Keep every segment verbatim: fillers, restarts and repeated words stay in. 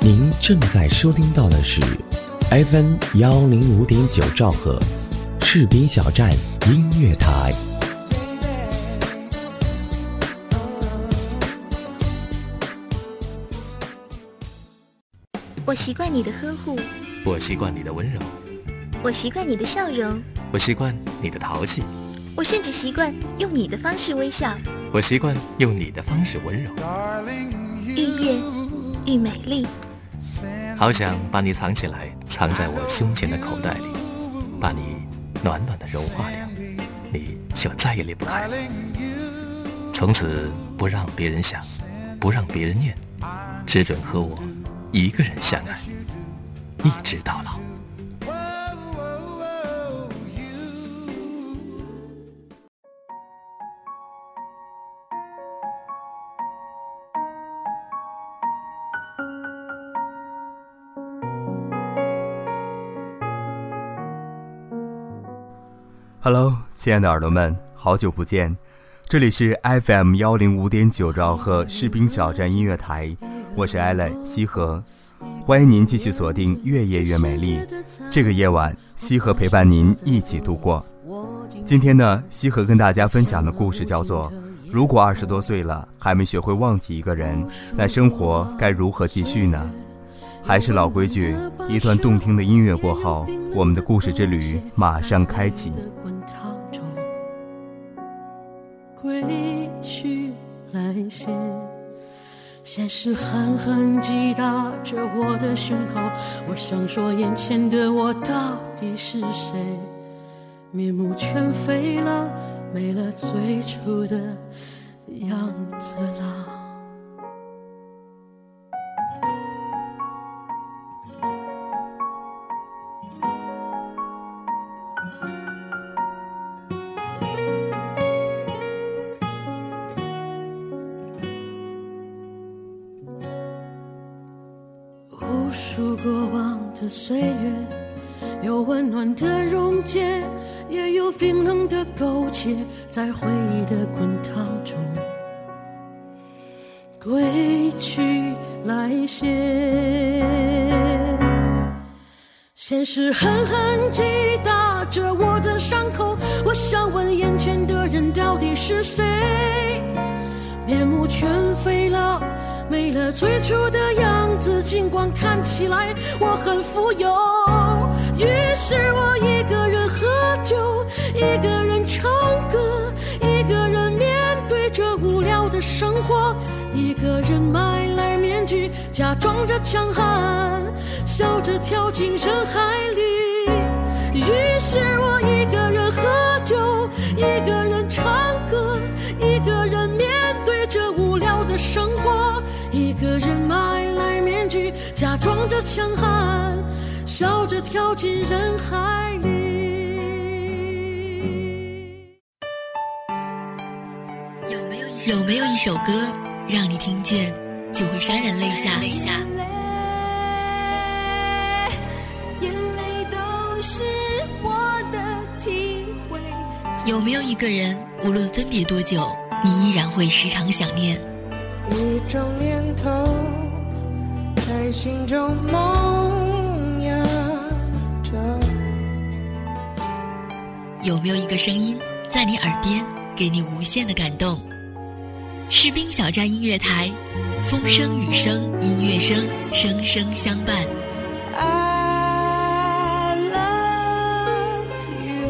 您正在收听到的是 F M 幺零五点九兆赫士兵小站音乐台。 我习惯你的呵护， 我习惯你的温柔， 我习惯你的笑容， 我习惯你的淘气， 我甚至习惯用你的方式微笑， 我习惯用你的方式温柔。 愈夜愈美丽， 好想把你藏起来，藏在我胸前的口袋里，把你暖暖的柔化掉，你就再也离不开我。从此不让别人想，不让别人念，只准和我一个人相爱，一直到老。 Hello， 亲爱的耳朵们，好久不见，这里是 F M 幺零五点九兆赫士兵小站音乐台，我是 Allen 西河，欢迎您继续锁定越夜越美丽。这个夜晚，西河陪伴您一起度过。今天呢，西河跟大家分享的故事叫做如果二十多岁了还没学会忘记一个人，那生活该如何继续呢？还是老规矩，一段动听的音乐过后，我们的故事之旅马上开启。 归去来兮，现实狠狠击打着我的胸口，我想说眼前的我到底是谁，面目全非了，没了最初的样子了。无数过往的岁月，有温暖的溶解，也有冰冷的苟且，在回忆的滚烫中归去来兮。现实狠狠击打着我的伤口，我想问眼前的人到底是谁，面目全非了，没了最初的样子，尽管看起来我很富有。于是我一个人喝酒，一个人唱歌，一个人面对着无聊的生活，一个人买来面具，假装着强悍，笑着跳进人海里。于是我一个人喝酒，一个人唱歌，一个人面对着无聊的生活，一个人买来面具，假装着强悍，笑着跳进人海里。 有没有一有没有一首歌让你听见就会潸然泪下？ 眼泪都是我的体会。 有没有一个人，无论分别多久，你依然会时常想念？ 一种念头在心中萌芽着。 有没有一个声音在你耳边，给你无限的感动？士兵小站音乐台，风声雨声音乐声，声声相伴。 I love you,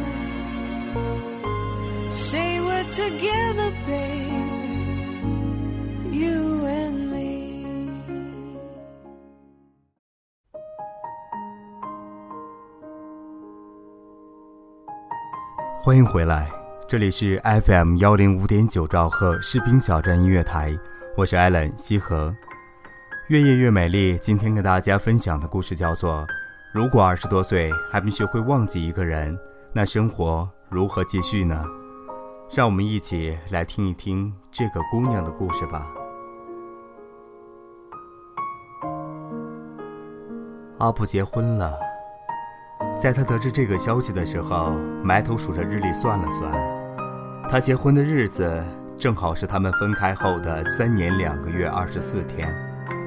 say we're together baby, you and me。 欢迎回来，这里是 F M 幺零五点九兆赫士兵小站音乐台，我是 Allen 西河。越夜越美丽，今天跟大家分享的故事叫做如果二十多岁还没学会忘记一个人，那生活如何继续呢？让我们一起来听一听这个姑娘的故事吧。阿布结婚了，在他得知这个消息的时候，埋头数着日历算了算，他结婚的日子正好是他们分开后的三年两个月二十四天。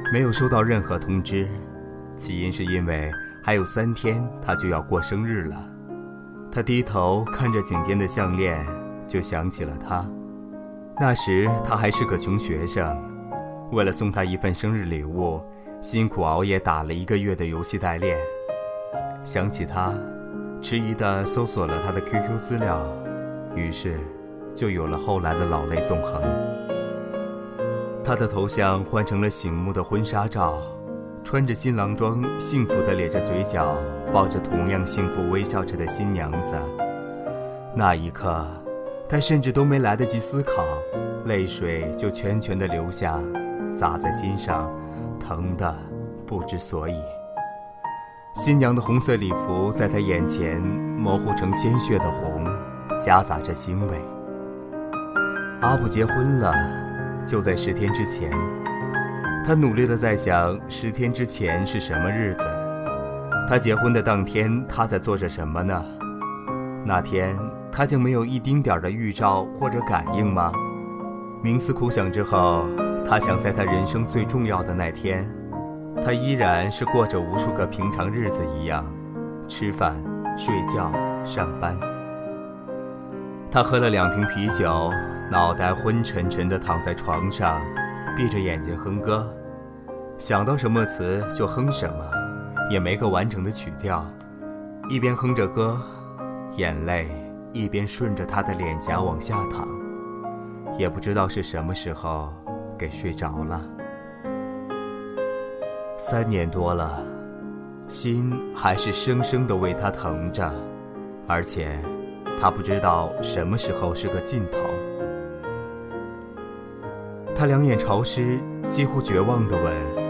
没有收到任何通知，起因是因为还有三天他就要过生日了。他低头看着颈间的项链，就想起了他。那时他还是个穷学生，为了送他一份生日礼物，辛苦熬夜打了一个月的游戏代练。想起他，迟疑地搜索了他的 Q Q 资料，于是就有了后来的老泪纵横。他的头像换成了醒目的婚纱照，穿着新郎装，幸福地咧着嘴角，抱着同样幸福微笑着的新娘子。那一刻，他甚至都没来得及思考，泪水就全全地流下，砸在心上，疼得不知所以。新娘的红色礼服在他眼前模糊成鲜血的红，夹杂着欣慰。阿布结婚了，就在十天之前。他努力地在想，十天之前是什么日子？他结婚的当天，他在做着什么呢？那天他竟没有一丁点的预兆或者感应吗？冥思苦想之后，他想在他人生最重要的那天，他依然是过着无数个平常日子一样，吃饭、睡觉、上班。他喝了两瓶啤酒，脑袋昏沉沉地躺在床上，闭着眼睛哼歌，想到什么词就哼什么，也没个完整的曲调。一边哼着歌，眼泪一边顺着他的脸颊往下淌，也不知道是什么时候给睡着了。三年多了，心还是生生地为他疼着，而且他不知道什么时候是个尽头。他两眼潮湿，几乎绝望地问：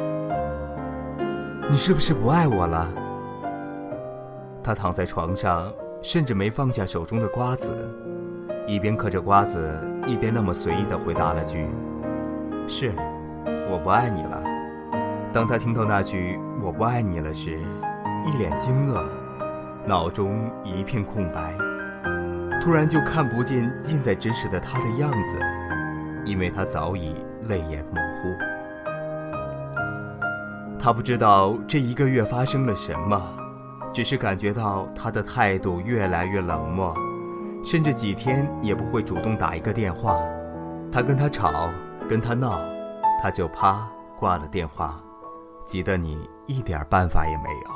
你是不是不爱我了？他躺在床上，甚至没放下手中的瓜子，一边嗑着瓜子，一边那么随意地回答了句：是，我不爱你了。当他听到那句我不爱你了时，一脸惊愕，脑中一片空白，突然就看不见近在咫尺的他的样子，因为他早已泪眼模糊。他不知道这一个月发生了什么，只是感觉到他的态度越来越冷漠，甚至几天也不会主动打一个电话。他跟他吵，跟他闹，他就啪挂了电话，急得你一点办法也没有。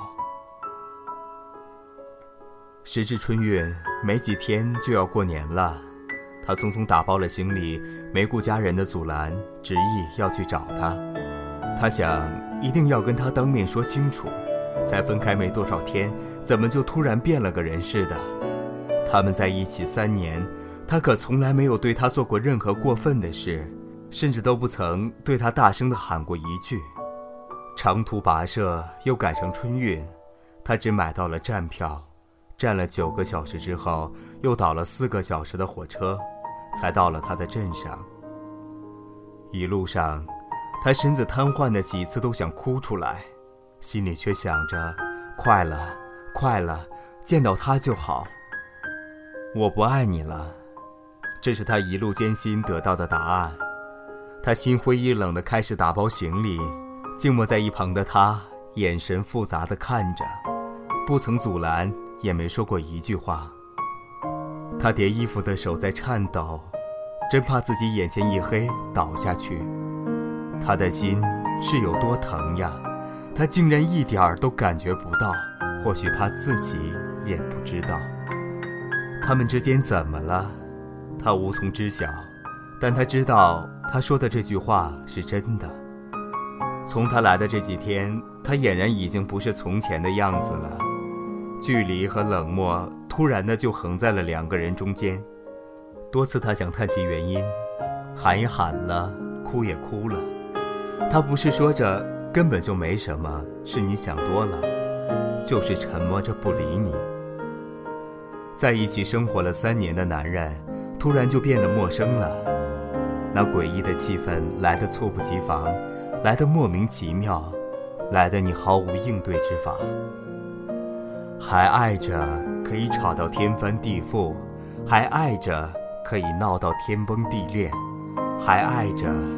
时至春运，没几天就要过年了，他匆匆打包了行李，没顾家人的阻拦，执意要去找他。他想一定要跟他当面说清楚，才分开没多少天，怎么就突然变了个人似的？他们在一起三年，他可从来没有对他做过任何过分的事，甚至都不曾对他大声地喊过一句。长途跋涉又赶上春运，他只买到了站票，站了九个小时之后，又倒了四个小时的火车，才到了他的镇上。一路上，他身子瘫痪的几次都想哭出来，心里却想着快了快了，见到他就好。我不爱你了，这是他一路艰辛得到的答案。他心灰意冷地开始打包行李，静默在一旁的他眼神复杂地看着，不曾阻拦，也没说过一句话。他叠衣服的手在颤抖，真怕自己眼前一黑倒下去。他的心是有多疼呀，他竟然一点儿都感觉不到，或许他自己也不知道。他们之间怎么了？他无从知晓，但他知道他说的这句话是真的。从他来的这几天，他俨然已经不是从前的样子了。距离和冷漠突然的就横在了两个人中间。多次他想探其原因，喊也喊了，哭也哭了。他不是说着根本就没什么，是你想多了，就是沉默着不理你。在一起生活了三年的男人，突然就变得陌生了。那诡异的气氛来得猝不及防，来得莫名其妙，来得你毫无应对之法。还爱着可以吵到天翻地覆，还爱着可以闹到天崩地裂，还爱着可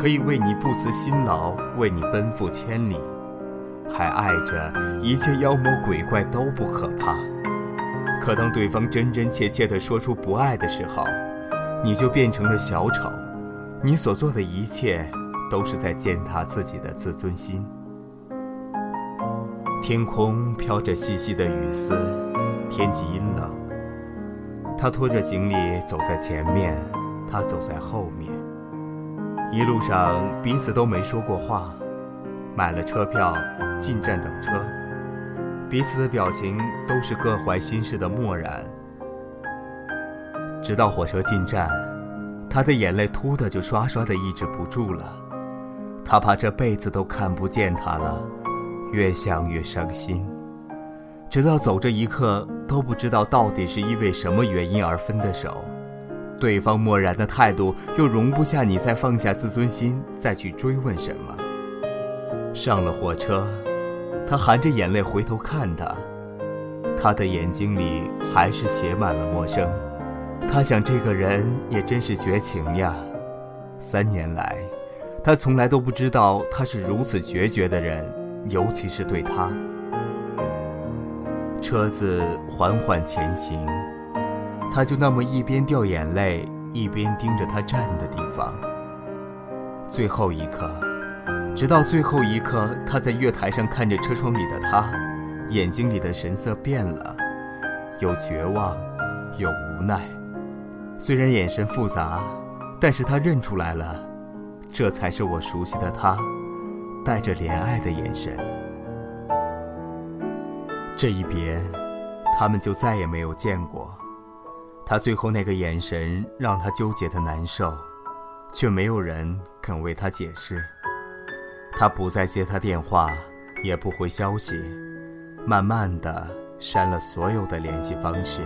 可以为你不辞辛劳，为你奔赴千里，还爱着一切妖魔鬼怪都不可怕。可当对方真真切切地说出不爱的时候，你就变成了小丑，你所做的一切都是在践踏自己的自尊心。天空飘着细细的雨丝，天气阴冷。他拖着行李走在前面，他走在后面。一路上彼此都没说过话，买了车票，进站等车，彼此的表情都是各怀心事的漠然。直到火车进站，他的眼泪突的就刷刷的抑制不住了。他怕这辈子都看不见他了，越想越伤心。直到走这一刻都不知道到底是因为什么原因而分的手，对方漠然的态度又容不下你再放下自尊心再去追问什么。上了火车，他含着眼泪回头看他，他的眼睛里还是写满了陌生。他想这个人也真是绝情呀，三年来他从来都不知道他是如此决绝的人，尤其是对他。车子缓缓前行，他就那么一边掉眼泪，一边盯着他站的地方。最后一刻，直到最后一刻，他在月台上看着车窗里的他，眼睛里的神色变了，有绝望，有无奈。虽然眼神复杂，但是他认出来了，这才是我熟悉的他，带着怜爱的眼神。这一别，他们就再也没有见过。他最后那个眼神让他纠结的难受，却没有人肯为他解释。他不再接他电话，也不回消息，慢慢的删了所有的联系方式。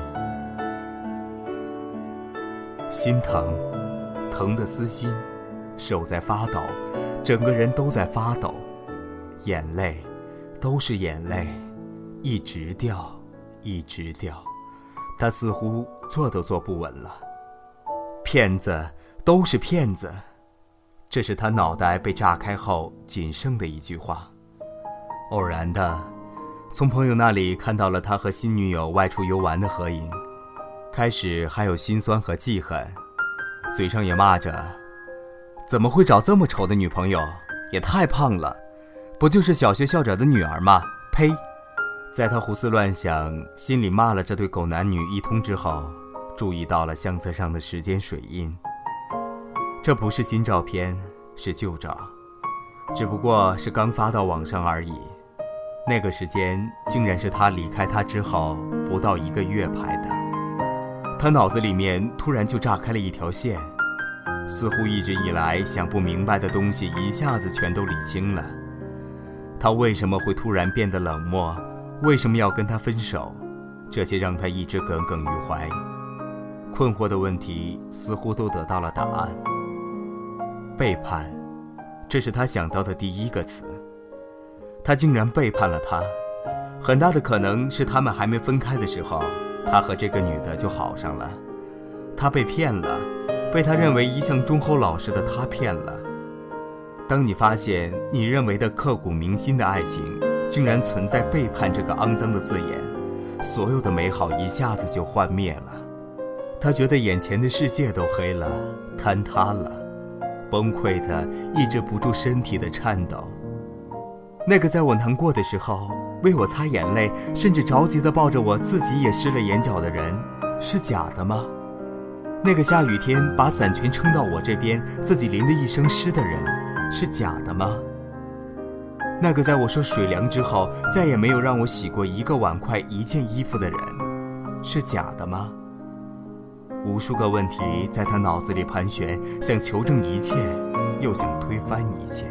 心疼，疼得撕心，手在发抖，整个人都在发抖，眼泪都是眼泪，一直掉，一直掉。他似乎坐都坐不稳了。骗子都是骗子，这是他脑袋被炸开后仅剩的一句话。偶然的从朋友那里看到了他和新女友外出游玩的合影，开始还有心酸和记恨，嘴上也骂着怎么会找这么丑的女朋友，也太胖了，不就是小学校长的女儿吗？呸！在他胡思乱想，心里骂了这对狗男女一通之后，注意到了相册上的时间水印。这不是新照片，是旧照，只不过是刚发到网上而已。那个时间竟然是他离开他之后不到一个月拍的。他脑子里面突然就炸开了一条线，似乎一直以来想不明白的东西一下子全都理清了。他为什么会突然变得冷漠？为什么要跟他分手？这些让他一直耿耿于怀。困惑的问题似乎都得到了答案。背叛，这是他想到的第一个词。他竟然背叛了他，很大的可能是他们还没分开的时候，他和这个女的就好上了。他被骗了，被他认为一向忠厚老实的他骗了。当你发现你认为的刻骨铭心的爱情竟然存在背叛这个肮脏的字眼，所有的美好一下子就幻灭了。他觉得眼前的世界都黑了，坍塌了，崩溃的抑制不住身体的颤抖。那个在我难过的时候为我擦眼泪，甚至着急地抱着我自己也湿了眼角的人，是假的吗？那个下雨天把伞全撑到我这边，自己淋得一身湿的人，是假的吗？那个在我说水凉之后再也没有让我洗过一个碗筷一件衣服的人，是假的吗？无数个问题在他脑子里盘旋，想求证一切，又想推翻一切。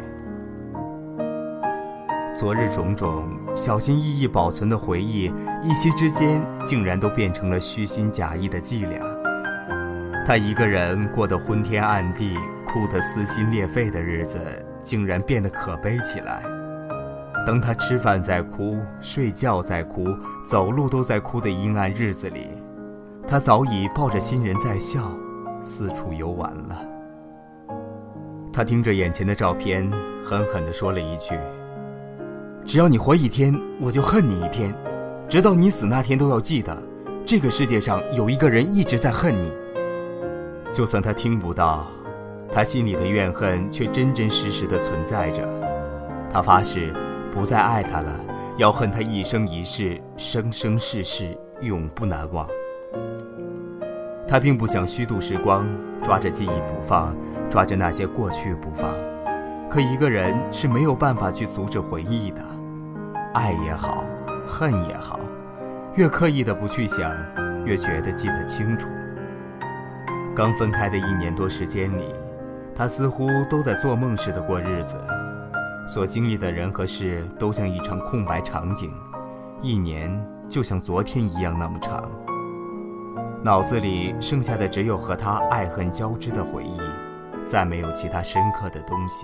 昨日种种小心翼翼保存的回忆，一夕之间竟然都变成了虚心假意的伎俩。他一个人过得昏天暗地，哭得撕心裂肺的日子竟然变得可悲起来。当他吃饭在哭，睡觉在哭，走路都在哭的阴暗日子里，他早已抱着新人在笑，四处游玩了。 他盯着眼前的照片，狠狠地说了一句：只要你活一天，我就恨你一天，直到你死那天都要记得，这个世界上有一个人一直在恨你。就算他听不到，他心里的怨恨却真真实实地存在着。他发誓不再爱他了，要恨他一生一世，生生世世永不难忘。他并不想虚度时光，抓着记忆不放，抓着那些过去不放。可一个人是没有办法去阻止回忆的，爱也好，恨也好，越刻意的不去想，越觉得记得清楚。刚分开的一年多时间里，他似乎都在做梦似的过日子，所经历的人和事都像一场空白场景，一年就像昨天一样那么长。脑子里剩下的只有和他爱恨交织的回忆，再没有其他深刻的东西。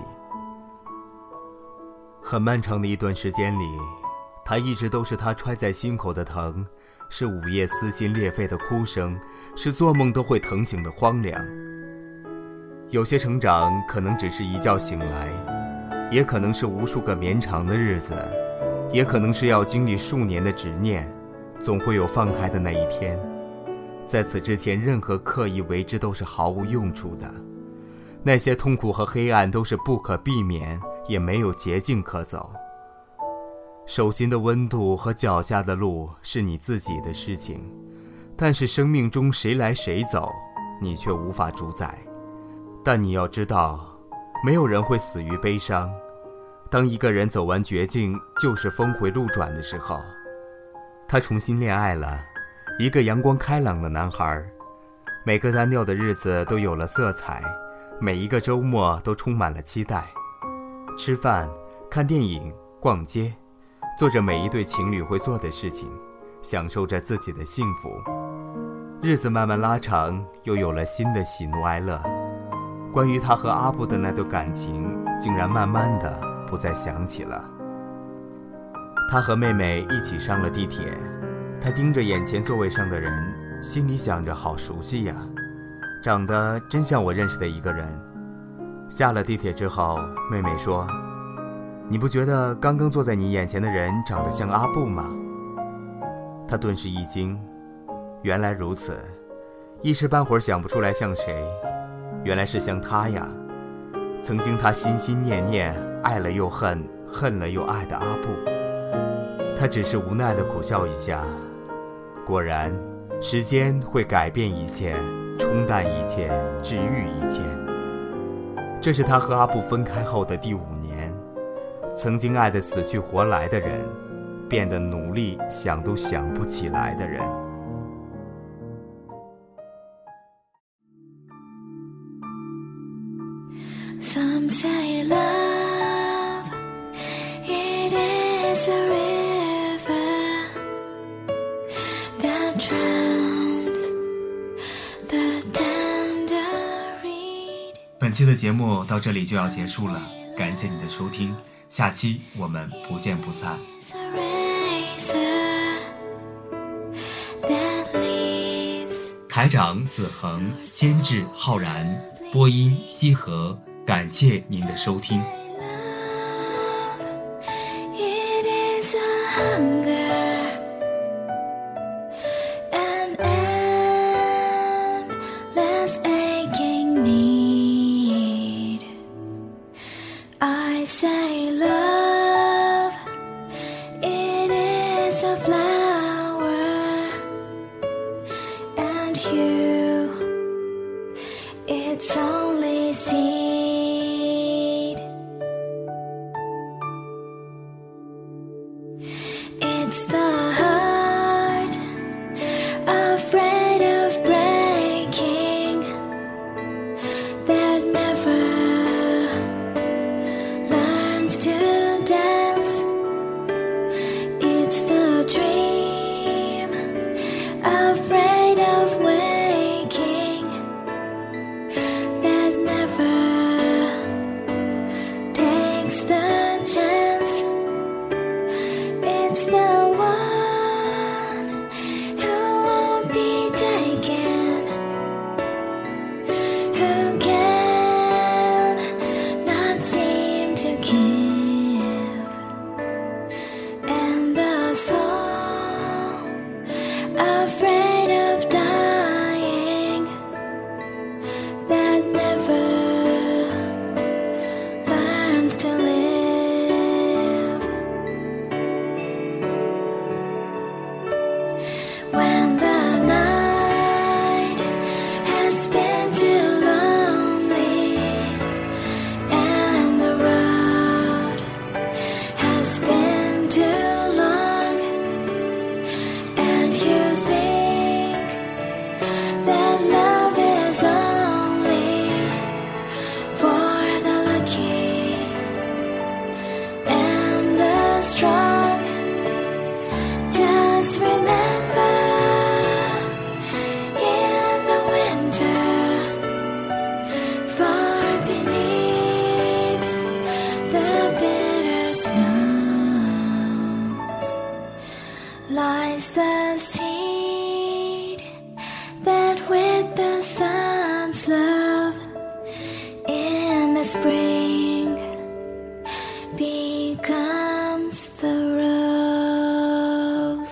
很漫长的一段时间里，他一直都是他揣在心口的疼，是午夜撕心裂肺的哭声，是做梦都会疼醒的荒凉。有些成长可能只是一觉醒来，也可能是无数个绵长的日子，也可能是要经历数年的执念，总会有放开的那一天。在此之前，任何刻意为之都是毫无用处的，那些痛苦和黑暗都是不可避免，也没有捷径可走。手心的温度和脚下的路是你自己的事情，但是生命中谁来谁走，你却无法主宰。但你要知道，没有人会死于悲伤。当一个人走完绝境，就是峰回路转的时候。他重新恋爱了，一个阳光开朗的男孩，每个单调的日子都有了色彩，每一个周末都充满了期待。吃饭、看电影、逛街，做着每一对情侣会做的事情，享受着自己的幸福。日子慢慢拉长，又有了新的喜怒哀乐。关于他和阿布的那段感情，竟然慢慢的不再想起了。他和妹妹一起上了地铁，他盯着眼前座位上的人，心里想着好熟悉呀，长得真像我认识的一个人。下了地铁之后，妹妹说：你不觉得刚刚坐在你眼前的人长得像阿布吗？他顿时一惊，原来如此，一时半会儿想不出来像谁，原来是像他呀，曾经他心心念念，爱了又恨，恨了又爱的阿布。他只是无奈地苦笑一下，果然，时间会改变一切，冲淡一切，治愈一切。这是他和阿布分开后的第五年，曾经爱得死去活来的人，变得努力想都想不起来的人。 Some say love, it is a river that drowns the tender reed。 本期的节目到这里就要结束了，感谢你的收听，下期我们不见不散。台长子恒，监制浩然，播音西河，感谢您的收听。 It's only seed. It's the heart afraid of breaking that never learns to dance. It's the dream afraid of waking that never takes the chance. It's the one who won't be taken, who can spring becomes the rose.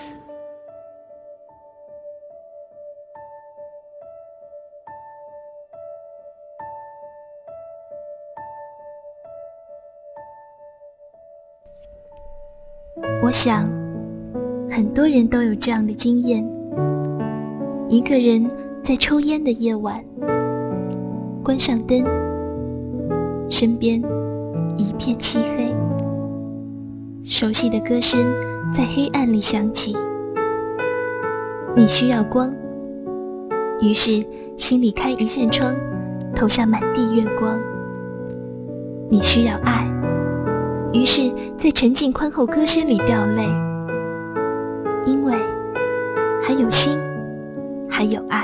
我想很多人都有这样的经验，一个人在抽烟的夜晚，关上灯，身边一片漆黑，熟悉的歌声在黑暗里响起。你需要光，于是心里开一扇窗，投下满地月光。你需要爱，于是在沉静宽厚歌声里掉泪，因为还有心，还有爱。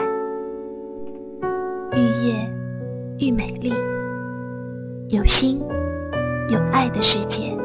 愈夜愈美丽，有心有爱的世界。